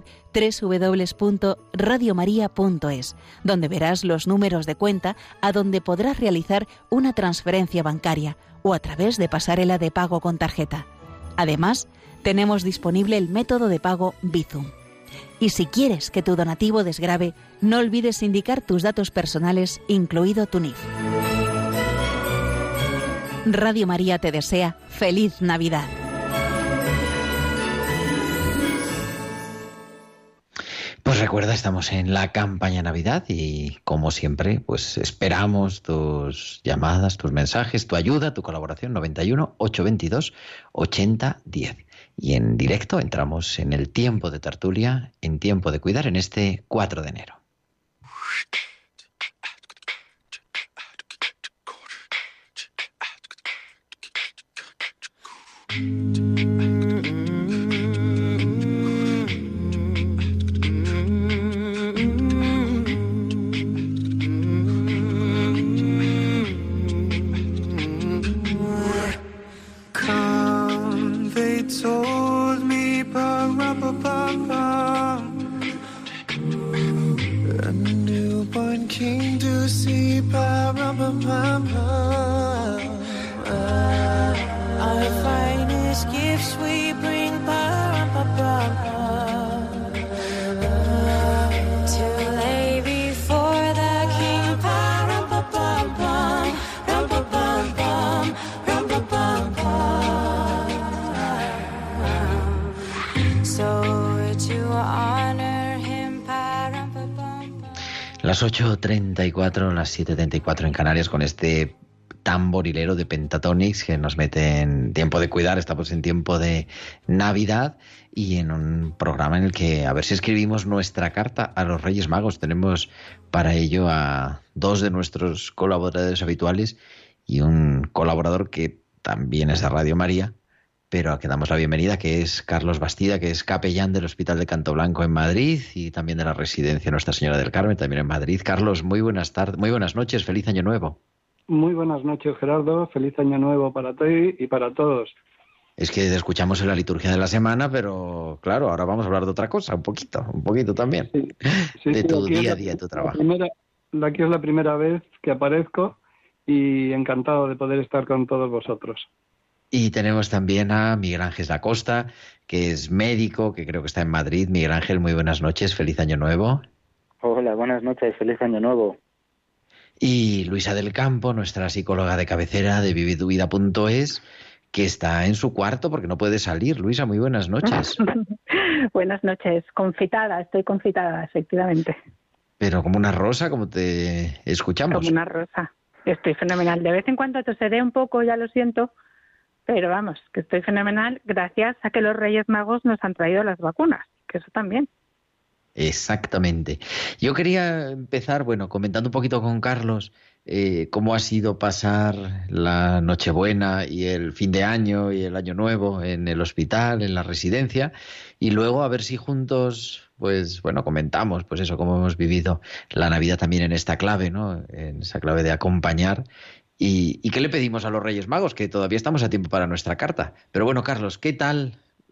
www.radiomaria.es, donde verás los números de cuenta a donde podrás realizar una transferencia bancaria o a través de pasarela de pago con tarjeta. Además, tenemos disponible el método de pago Bizum. Y si quieres que tu donativo desgrave, no olvides indicar tus datos personales, incluido tu NIF. Radio María te desea feliz Navidad. Pues recuerda, estamos en la campaña Navidad y, como siempre, esperamos tus llamadas, tus mensajes, tu ayuda, tu colaboración. 91 822 8010. Y en directo entramos en el tiempo de tertulia, en tiempo de cuidar, en este 4 de enero. Las 8:34, las 7:34 en Canarias, con este tamborilero de Pentatonix que nos mete en tiempo de cuidar. Estamos en tiempo de Navidad y en un programa en el que a ver si escribimos nuestra carta a los Reyes Magos. Tenemos para ello a dos de nuestros colaboradores habituales y un colaborador que también es de Radio María, pero a que damos la bienvenida, que es Carlos Bastida, que es capellán del Hospital de Cantoblanco en Madrid y también de la Residencia Nuestra Señora del Carmen, también en Madrid. Carlos, muy buenas tardes, muy buenas noches, feliz año nuevo. Muy buenas noches, Gerardo, feliz año nuevo para ti y para todos. Es que te escuchamos en la liturgia de la semana, pero claro, ahora vamos a hablar de otra cosa, un poquito también, de tu día a día, de tu trabajo. Aquí es la primera vez que aparezco y encantado de poder estar con todos vosotros. Y tenemos también a Miguel Ángel da Costa, que es médico, que creo que está en Madrid. Miguel Ángel, muy buenas noches, feliz año nuevo. Hola, buenas noches, feliz año nuevo. Y Luisa del Campo, nuestra psicóloga de cabecera de vividuvida.es, que está en su cuarto porque no puede salir. Luisa, muy buenas noches. Buenas noches, estoy confitada, efectivamente. Pero como una rosa, como te escuchamos. Como una rosa, estoy fenomenal. De vez en cuando toseré un poco, ya lo siento, pero vamos, que estoy fenomenal gracias a que los Reyes Magos nos han traído las vacunas, que eso también. Exactamente. Yo quería empezar, bueno, comentando un poquito con Carlos cómo ha sido pasar la Nochebuena y el fin de año y el Año Nuevo en el hospital, en la residencia, y luego a ver si juntos, pues bueno, comentamos, pues eso, cómo hemos vivido la Navidad también en esta clave, ¿no? En esa clave de acompañar. ¿Y qué le pedimos a los Reyes Magos? Que todavía estamos a tiempo para nuestra carta. Pero bueno, Carlos, ¿qué tal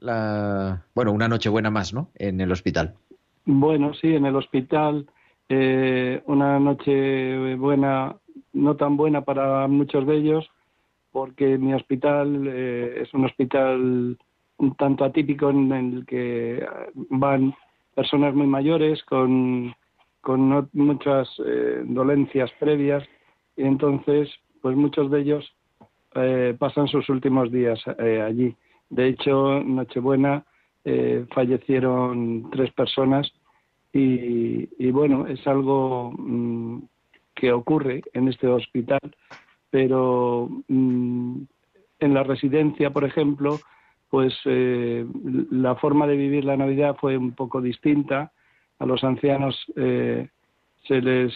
una Nochebuena más, ¿no? En el hospital. Bueno, sí, en el hospital, una noche buena, no tan buena para muchos de ellos, porque mi hospital es un hospital un tanto atípico en el que van personas muy mayores con muchas dolencias previas, y entonces, pues muchos de ellos pasan sus últimos días allí. De hecho, Nochebuena fallecieron 3 personas y bueno, es algo que ocurre en este hospital, pero en la residencia, por ejemplo, pues la forma de vivir la Navidad fue un poco distinta. A los ancianos se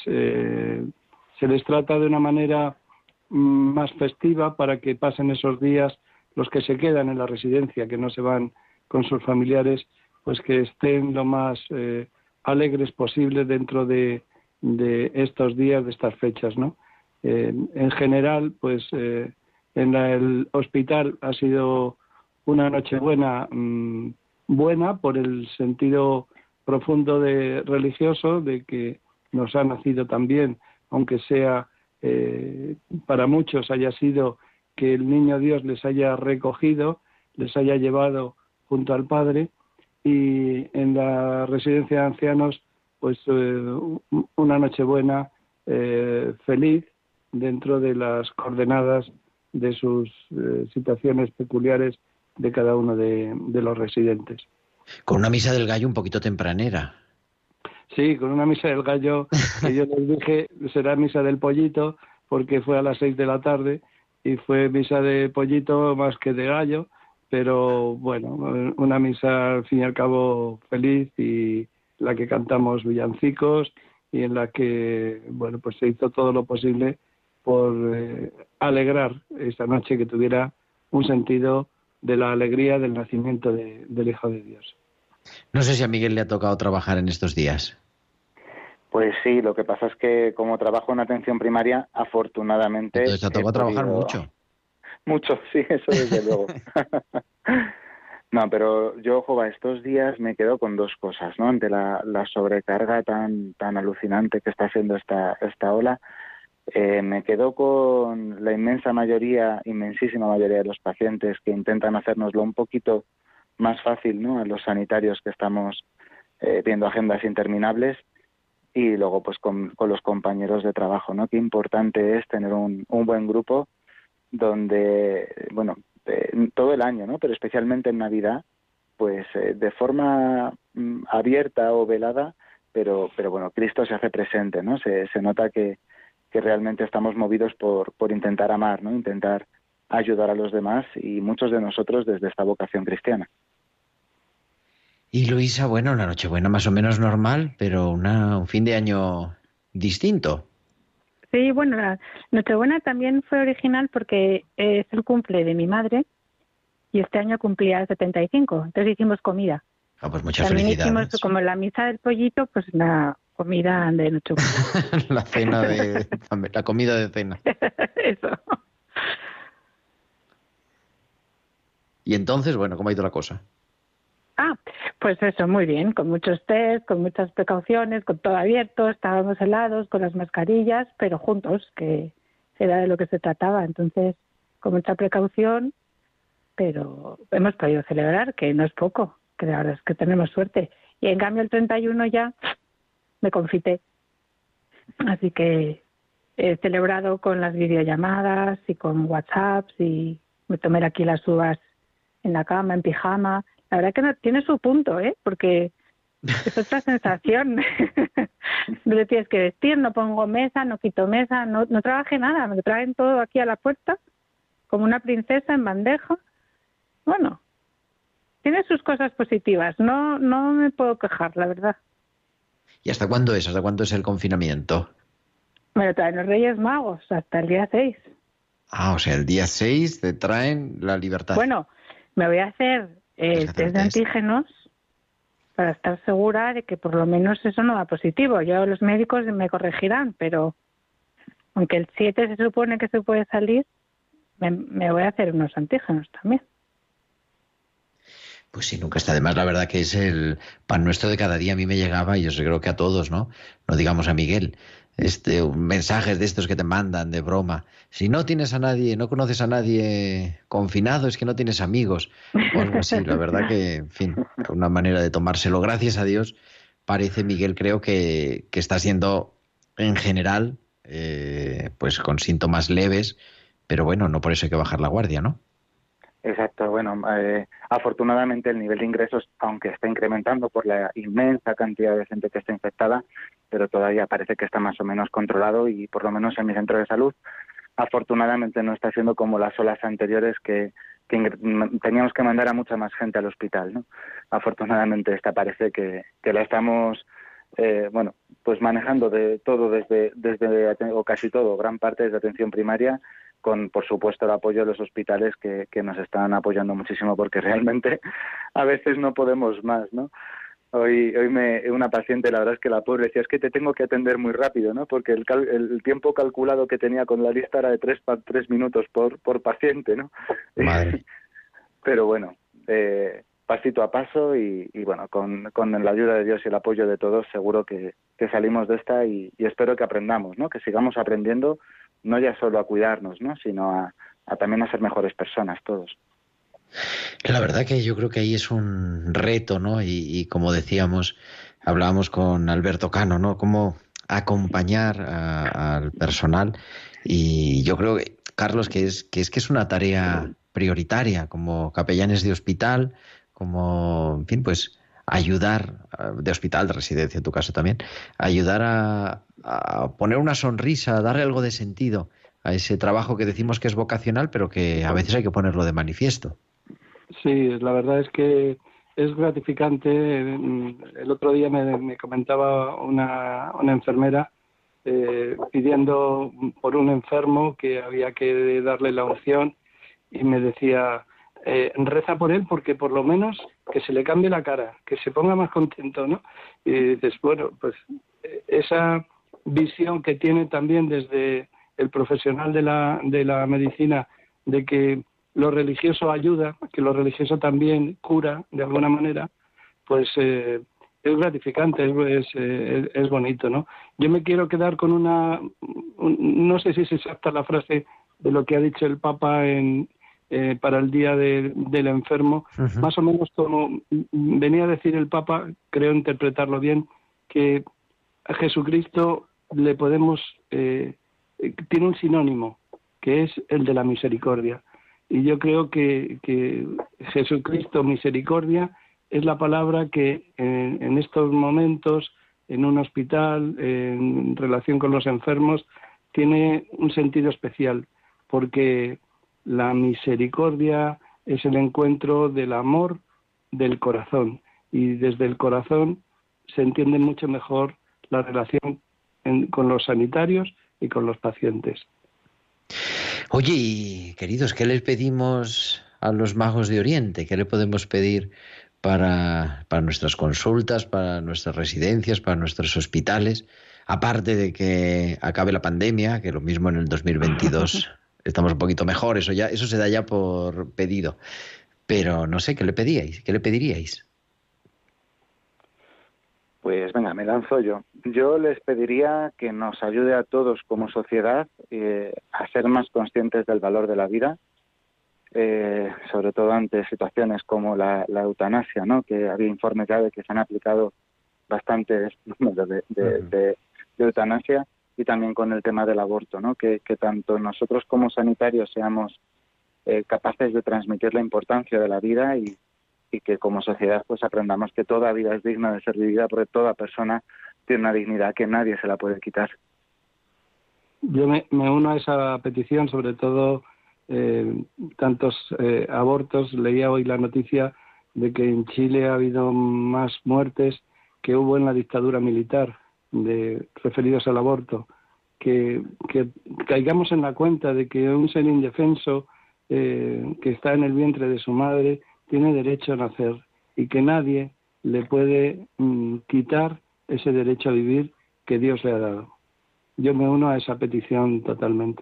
les trata de una manera más festiva para que pasen esos días, los que se quedan en la residencia, que no se van con sus familiares, pues que estén lo más alegres posible dentro de estos días, de estas fechas, ¿no? En general, pues en el hospital ha sido una Nochebuena buena por el sentido profundo de religioso de que nos ha nacido también, aunque sea para muchos haya sido que el niño Dios les haya recogido, les haya llevado junto al Padre, y en la residencia de ancianos pues una Nochebuena feliz dentro de las coordenadas de sus situaciones peculiares de cada uno de los residentes. Con una misa del gallo un poquito tempranera. Sí, con una misa del gallo, que yo les dije será misa del pollito, porque fue a las 6 de la tarde y fue misa de pollito más que de gallo, pero bueno, una misa al fin y al cabo feliz, y la que cantamos villancicos y en la que, bueno, pues se hizo todo lo posible por alegrar esta noche, que tuviera un sentido de la alegría del nacimiento del Hijo de Dios. No sé si a Miguel le ha tocado trabajar en estos días. Pues sí, lo que pasa es que como trabajo en atención primaria, afortunadamente... Entonces te ha tocado trabajar mucho. Mucho, sí, eso desde luego. No, pero yo, Jova, estos días me quedo con 2 cosas, ¿no? Ante la sobrecarga tan alucinante que está haciendo esta ola, me quedo con la inmensísima mayoría de los pacientes que intentan hacérnoslo un poquito más fácil, ¿no? A los sanitarios que estamos viendo agendas interminables, y luego pues con los compañeros de trabajo, ¿no? Qué importante es tener un buen grupo donde, bueno, todo el año, ¿no? Pero especialmente en Navidad, pues de forma abierta o velada, pero bueno, Cristo se hace presente, ¿no? Se nota que realmente estamos movidos por intentar amar, ¿no? Intentar ayudar a los demás, y muchos de nosotros desde esta vocación cristiana. Y Luisa, bueno, la Nochebuena más o menos normal, pero un fin de año distinto. Sí, bueno, la Nochebuena también fue original porque es el cumple de mi madre y este año cumplía 75, entonces hicimos comida. Ah, pues muchas también felicidades. Hicimos, como la misa del pollito, pues una comida de Nochebuena. La comida de cena. Eso. Y entonces, bueno, ¿cómo ha ido la cosa? Pues eso, muy bien, con muchos test, con muchas precauciones, con todo abierto, estábamos helados, con las mascarillas, pero juntos, que era de lo que se trataba. Entonces, con mucha precaución, pero hemos podido celebrar, que no es poco, que la verdad es que tenemos suerte. Y en cambio el 31 ya me confité. Así que he celebrado con las videollamadas y con WhatsApps y me tomé aquí las uvas en la cama, en pijama. La verdad que no, tiene su punto, porque es otra sensación. No te tienes que vestir, no pongo mesa, no quito mesa, no trabajé nada, me traen todo aquí a la puerta como una princesa en bandeja. Bueno, tiene sus cosas positivas, no me puedo quejar, la verdad. ¿Y hasta cuándo es? ¿Hasta cuándo es el confinamiento? Me lo traen los Reyes Magos, hasta el día 6. Ah, o sea, el día 6 te traen la libertad. Bueno, me voy a hacer el test de antígenos para estar segura de que por lo menos eso no da positivo. Yo, los médicos me corregirán, pero aunque el 7 se supone que se puede salir, me voy a hacer unos antígenos también. Pues sí, nunca está de más. La verdad que es el pan nuestro de cada día. A mí me llegaba, y yo creo que a todos, ¿no? No digamos a Miguel, mensajes de estos que te mandan de broma. Si no tienes a nadie, no conoces a nadie confinado, es que no tienes amigos. O algo así. La verdad que, en fin, una manera de tomárselo. Gracias a Dios, parece, Miguel, creo que está siendo, en general, pues con síntomas leves, pero bueno, no por eso hay que bajar la guardia, ¿no? Exacto, bueno, afortunadamente el nivel de ingresos, aunque está incrementando por la inmensa cantidad de gente que está infectada, pero todavía parece que está más o menos controlado y por lo menos en mi centro de salud, afortunadamente no está siendo como las olas anteriores que teníamos que mandar a mucha más gente al hospital, ¿no? Afortunadamente esta parece que la estamos, pues manejando de todo desde o casi todo, gran parte desde atención primaria, con, por supuesto, el apoyo de los hospitales que nos están apoyando muchísimo, porque realmente a veces no podemos más, ¿no? Hoy una paciente, la verdad es que la pobre decía, es que te tengo que atender muy rápido, ¿no? Porque el tiempo calculado que tenía con la lista era de 3 minutos por paciente, ¿no? Madre. Pero bueno, pasito a paso y bueno, con la ayuda de Dios y el apoyo de todos, seguro que salimos de esta y espero que aprendamos, ¿no? Que sigamos aprendiendo, no ya solo a cuidarnos, ¿no? Sino a también a ser mejores personas todos. La verdad que yo creo que ahí es un reto, ¿no? Y como decíamos, hablábamos con Alberto Cano, ¿no? Cómo acompañar al personal. Y yo creo, Carlos, que es una tarea prioritaria como capellanes de hospital, como, en fin, pues ayudar, de hospital, de residencia en tu caso también, ayudar a poner una sonrisa, a darle algo de sentido a ese trabajo que decimos que es vocacional, pero que a veces hay que ponerlo de manifiesto. Sí, la verdad es que es gratificante. El otro día me comentaba una enfermera pidiendo por un enfermo que había que darle la unción y me decía, reza por él porque por lo menos que se le cambie la cara, que se ponga más contento, ¿no? Y dices, bueno, pues esa visión que tiene también desde el profesional de la medicina de que lo religioso ayuda, que lo religioso también cura de alguna manera, pues es gratificante, es bonito, ¿no? Yo me quiero quedar con no sé si es exacta la frase de lo que ha dicho el Papa para el Día del Enfermo, uh-huh. Más o menos como venía a decir el Papa, creo interpretarlo bien, que a Jesucristo le podemos, tiene un sinónimo, que es el de la misericordia. Y yo creo que Jesucristo, misericordia, es la palabra que en estos momentos, en un hospital, en relación con los enfermos, tiene un sentido especial, porque la misericordia es el encuentro del amor del corazón, y desde el corazón se entiende mucho mejor la relación con los sanitarios y con los pacientes. Oye, y queridos, ¿qué les pedimos a los magos de Oriente? ¿Qué le podemos pedir para nuestras consultas, para nuestras residencias, para nuestros hospitales? Aparte de que acabe la pandemia, que lo mismo en el 2022 estamos un poquito mejor, eso se da ya por pedido. Pero no sé, ¿qué le pedíais? ¿Qué le pediríais? Pues venga, me lanzo yo. Yo les pediría que nos ayude a todos como sociedad a ser más conscientes del valor de la vida, sobre todo ante situaciones como la eutanasia, ¿no? Que había informes ya de que se han aplicado bastantes números de eutanasia, y también con el tema del aborto, ¿no? Que tanto nosotros como sanitarios seamos capaces de transmitir la importancia de la vida y que como sociedad pues aprendamos que toda vida es digna de ser vivida, porque toda persona tiene una dignidad que nadie se la puede quitar. Yo me uno a esa petición, sobre todo tantos abortos. Leía hoy la noticia de que en Chile ha habido más muertes que hubo en la dictadura militar referidos al aborto. Que caigamos en la cuenta de que un ser indefenso que está en el vientre de su madre tiene derecho a nacer y que nadie le puede quitar ese derecho a vivir que Dios le ha dado. Yo me uno a esa petición totalmente.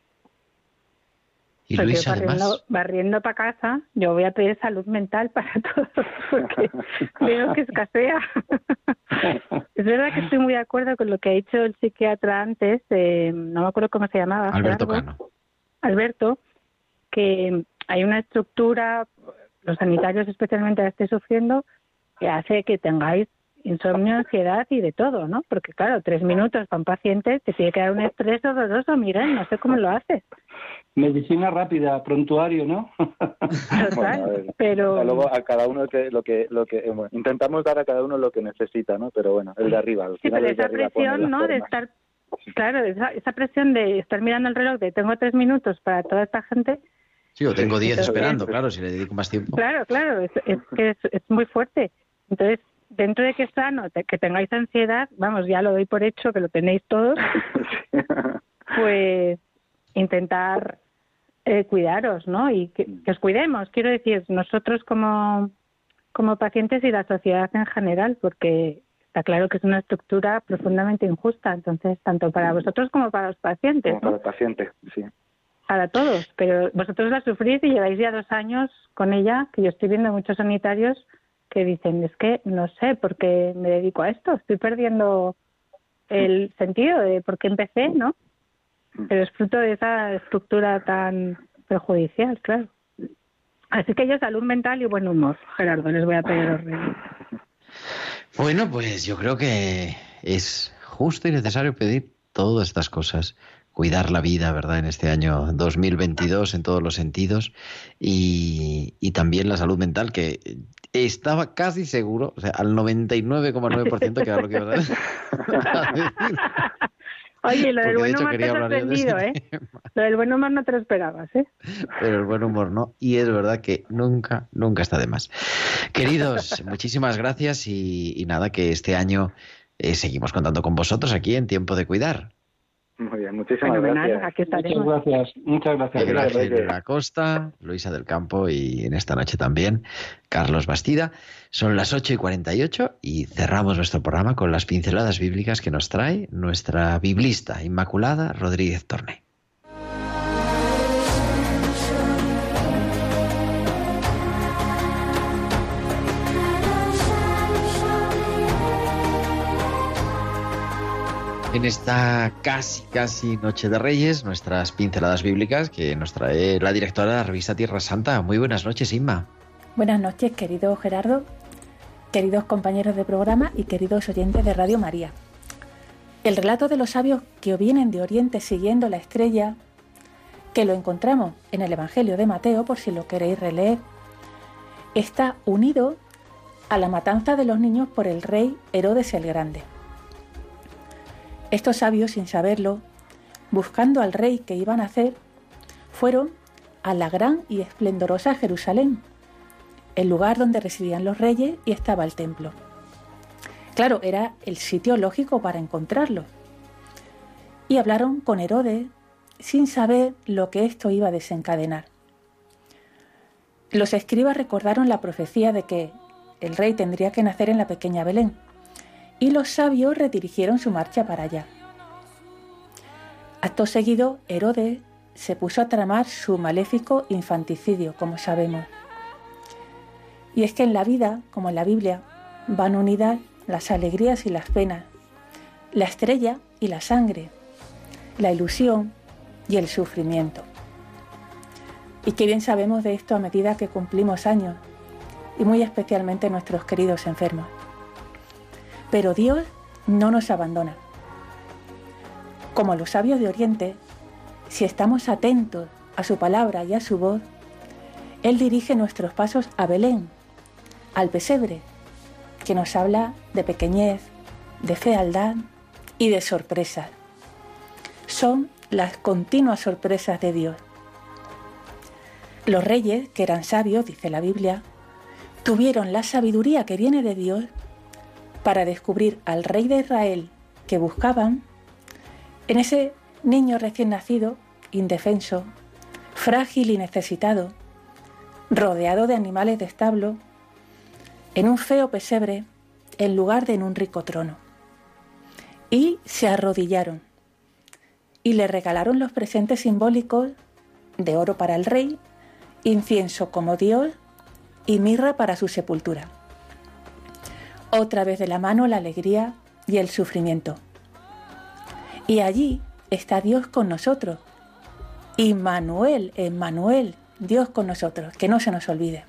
Y Luisa, además, barriendo para casa, yo voy a pedir salud mental para todos, porque veo que escasea. Es verdad que estoy muy de acuerdo con lo que ha dicho el psiquiatra antes, no me acuerdo cómo se llamaba. Alberto Cano. Alberto, que hay una estructura, los sanitarios especialmente la esté sufriendo, que hace que tengáis insomnio, ansiedad y de todo, ¿no? Porque claro, 3 minutos para un paciente te tiene que dar un estrés horroroso, miren, no sé cómo lo haces. Medicina rápida, prontuario, ¿no? Total, bueno, pero luego a cada uno bueno, intentamos dar a cada uno lo que necesita, ¿no? Pero bueno, el de arriba. Al final pero esa presión, ¿no? De estar, claro, esa presión de estar mirando el reloj de tengo 3 minutos para toda esta gente. Sí, o tengo 10 esperando, claro, si le dedico más tiempo. Claro, es que es muy fuerte. Entonces, dentro de que es sano, que tengáis ansiedad, vamos, ya lo doy por hecho, que lo tenéis todos, pues intentar cuidaros, ¿no? Y que os cuidemos, quiero decir, nosotros como pacientes y la sociedad en general, porque está claro que es una estructura profundamente injusta, entonces, tanto para vosotros como para los pacientes, como para el paciente, sí. Para todos, pero vosotros la sufrís y lleváis ya 2 años con ella, que yo estoy viendo muchos sanitarios que dicen, es que no sé por qué me dedico a esto, estoy perdiendo el sentido de por qué empecé, ¿no? Pero es fruto de esa estructura tan perjudicial, claro. Así que yo salud mental y buen humor, Gerardo, les voy a pedir los reyes. Bueno, pues yo creo que es justo y necesario pedir todas estas cosas. Cuidar la vida, ¿verdad?, en este año 2022 en todos los sentidos, y también la salud mental, que estaba casi seguro, o sea, al 99,9% que era lo que iba a decir. Oye, lo del buen humor te ha sorprendido, ¿eh? Lo del buen humor no te lo esperabas, ¿eh? Pero el buen humor no, y es verdad que nunca está de más. Queridos, muchísimas gracias y nada, que este año seguimos contando con vosotros aquí en Tiempo de Cuidar. Muy bien, muchísimas gracias. Aquí estaremos. Muchas gracias. Ángel de la Costa, Luisa del Campo y en esta noche también Carlos Bastida. Son las 8:48 y cerramos nuestro programa con las pinceladas bíblicas que nos trae nuestra biblista Inmaculada Rodríguez Torné. En esta casi Noche de Reyes, nuestras pinceladas bíblicas que nos trae la directora de la revista Tierra Santa. Muy buenas noches, Inma. Buenas noches, querido Gerardo, queridos compañeros de programa y queridos oyentes de Radio María. El relato de los sabios que vienen de Oriente siguiendo la estrella, que lo encontramos en el Evangelio de Mateo, por si lo queréis releer, está unido a la matanza de los niños por el rey Herodes el Grande. Estos sabios, sin saberlo, buscando al rey que iban a nacer, fueron a la gran y esplendorosa Jerusalén, el lugar donde residían los reyes y estaba el templo. Claro, era el sitio lógico para encontrarlo. Y hablaron con Herodes sin saber lo que esto iba a desencadenar. Los escribas recordaron la profecía de que el rey tendría que nacer en la pequeña Belén, y los sabios redirigieron su marcha para allá. Acto seguido, Herodes se puso a tramar su maléfico infanticidio, como sabemos. Y es que en la vida, como en la Biblia, van unidas las alegrías y las penas, la estrella y la sangre, la ilusión y el sufrimiento. Y qué bien sabemos de esto a medida que cumplimos años, y muy especialmente nuestros queridos enfermos. Pero Dios no nos abandona. Como los sabios de Oriente, si estamos atentos a su palabra y a su voz, Él dirige nuestros pasos a Belén, al pesebre, que nos habla de pequeñez, de fealdad y de sorpresas. Son las continuas sorpresas de Dios. Los reyes, que eran sabios, dice la Biblia, tuvieron la sabiduría que viene de Dios para descubrir al rey de Israel que buscaban en ese niño recién nacido, indefenso, frágil y necesitado, rodeado de animales de establo, en un feo pesebre en lugar de en un rico trono. Y se arrodillaron y le regalaron los presentes simbólicos de oro para el rey, incienso como Dios y mirra para su sepultura. Otra vez de la mano la alegría y el sufrimiento. Y allí está Dios con nosotros. Immanuel, Emmanuel, Dios con nosotros, que no se nos olvide.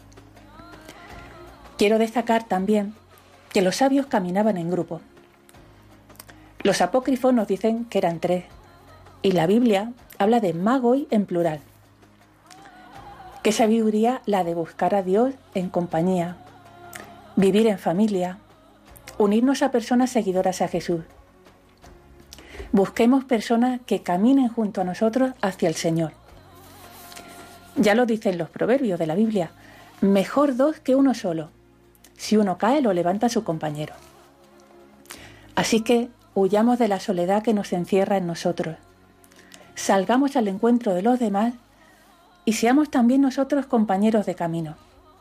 Quiero destacar también que los sabios caminaban en grupo. Los apócrifos nos dicen que eran 3, y la Biblia habla de magoi en plural. Qué sabiduría la de buscar a Dios en compañía, vivir en familia, unirnos a personas seguidoras a Jesús. Busquemos personas que caminen junto a nosotros hacia el Señor. Ya lo dicen los proverbios de la Biblia, mejor 2 que 1 solo. Si uno cae, lo levanta su compañero. Así que huyamos de la soledad que nos encierra en nosotros. Salgamos al encuentro de los demás y seamos también nosotros compañeros de camino.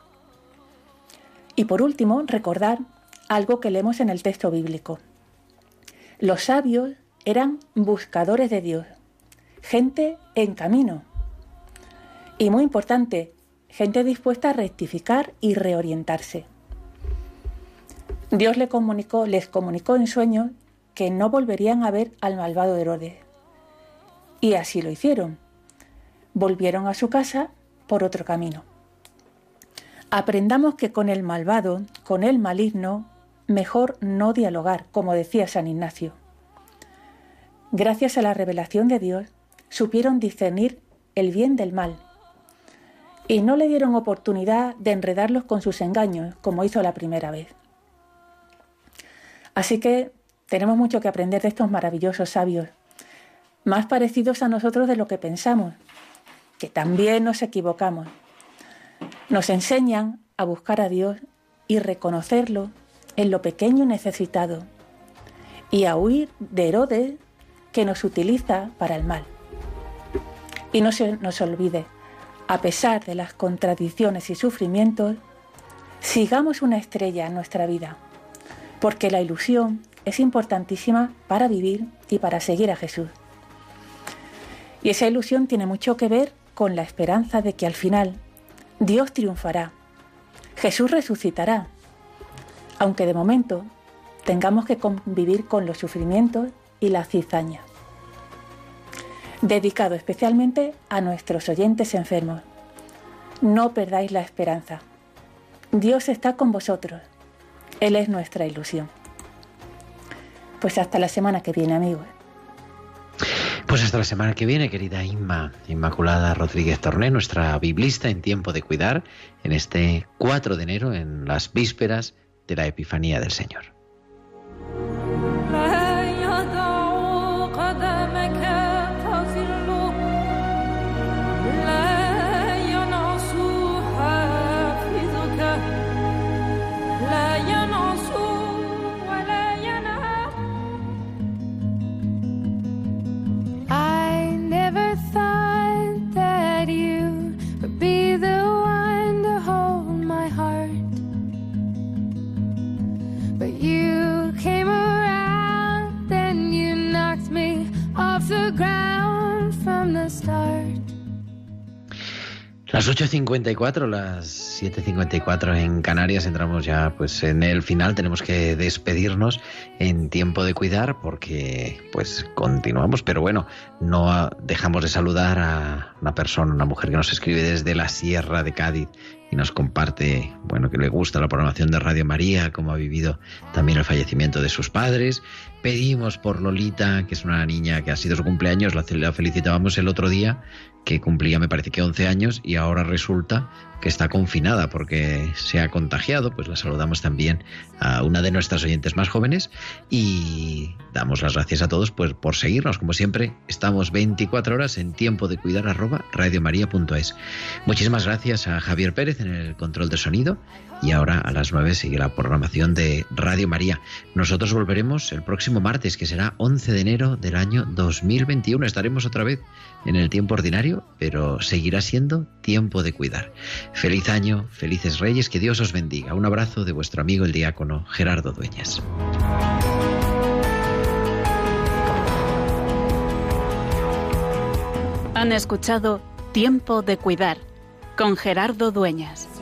Y por último, recordar algo que leemos en el texto bíblico. Los sabios eran buscadores de Dios, gente en camino. Y muy importante, gente dispuesta a rectificar y reorientarse. Dios les comunicó en sueños que no volverían a ver al malvado Herodes. Y así lo hicieron. Volvieron a su casa por otro camino. Aprendamos que con el malvado, con el maligno, mejor no dialogar, como decía San Ignacio. Gracias a la revelación de Dios, supieron discernir el bien del mal y no le dieron oportunidad de enredarlos con sus engaños, como hizo la primera vez. Así que tenemos mucho que aprender de estos maravillosos sabios, más parecidos a nosotros de lo que pensamos, que también nos equivocamos. Nos enseñan a buscar a Dios y reconocerlo en lo pequeño y necesitado, y a huir de Herodes, que nos utiliza para el mal. Y no se nos olvide, a pesar de las contradicciones y sufrimientos, sigamos una estrella en nuestra vida, porque la ilusión es importantísima para vivir y para seguir a Jesús. Y esa ilusión tiene mucho que ver con la esperanza de que al final Dios triunfará, Jesús resucitará, aunque de momento tengamos que convivir con los sufrimientos y la cizaña. Dedicado especialmente a nuestros oyentes enfermos. No perdáis la esperanza. Dios está con vosotros. Él es nuestra ilusión. Pues hasta la semana que viene, amigos. Pues hasta la semana que viene, querida Inmaculada Rodríguez Torné, nuestra biblista en Tiempo de Cuidar, en este 4 de enero, en las vísperas de la Epifanía del Señor. Las 8:54, las 7:54 en Canarias. Entramos ya pues en el final. Tenemos que despedirnos en Tiempo de Cuidar porque pues continuamos. Pero bueno, no dejamos de saludar a una persona, una mujer que nos escribe desde la Sierra de Cádiz y nos comparte, bueno, que le gusta la programación de Radio María, cómo ha vivido también el fallecimiento de sus padres. Pedimos por Lolita, que es una niña que ha sido su cumpleaños, la felicitábamos el otro día, que cumplía, me parece que 11 años, y ahora resulta que está confinada porque se ha contagiado. Pues la saludamos también a una de nuestras oyentes más jóvenes y damos las gracias a todos pues por seguirnos. Como siempre, estamos 24 horas en Tiempo de Cuidar @radiomaria.es. Muchísimas gracias a Javier Pérez en el control de sonido, y ahora a las 9 sigue la programación de Radio María. Nosotros volveremos el próximo martes, que será 11 de enero del año 2021. Estaremos otra vez en el tiempo ordinario, pero seguirá siendo Tiempo de Cuidar. Feliz año, felices Reyes, que Dios os bendiga. Un abrazo de vuestro amigo el diácono Gerardo Dueñas. Han escuchado Tiempo de Cuidar con Gerardo Dueñas.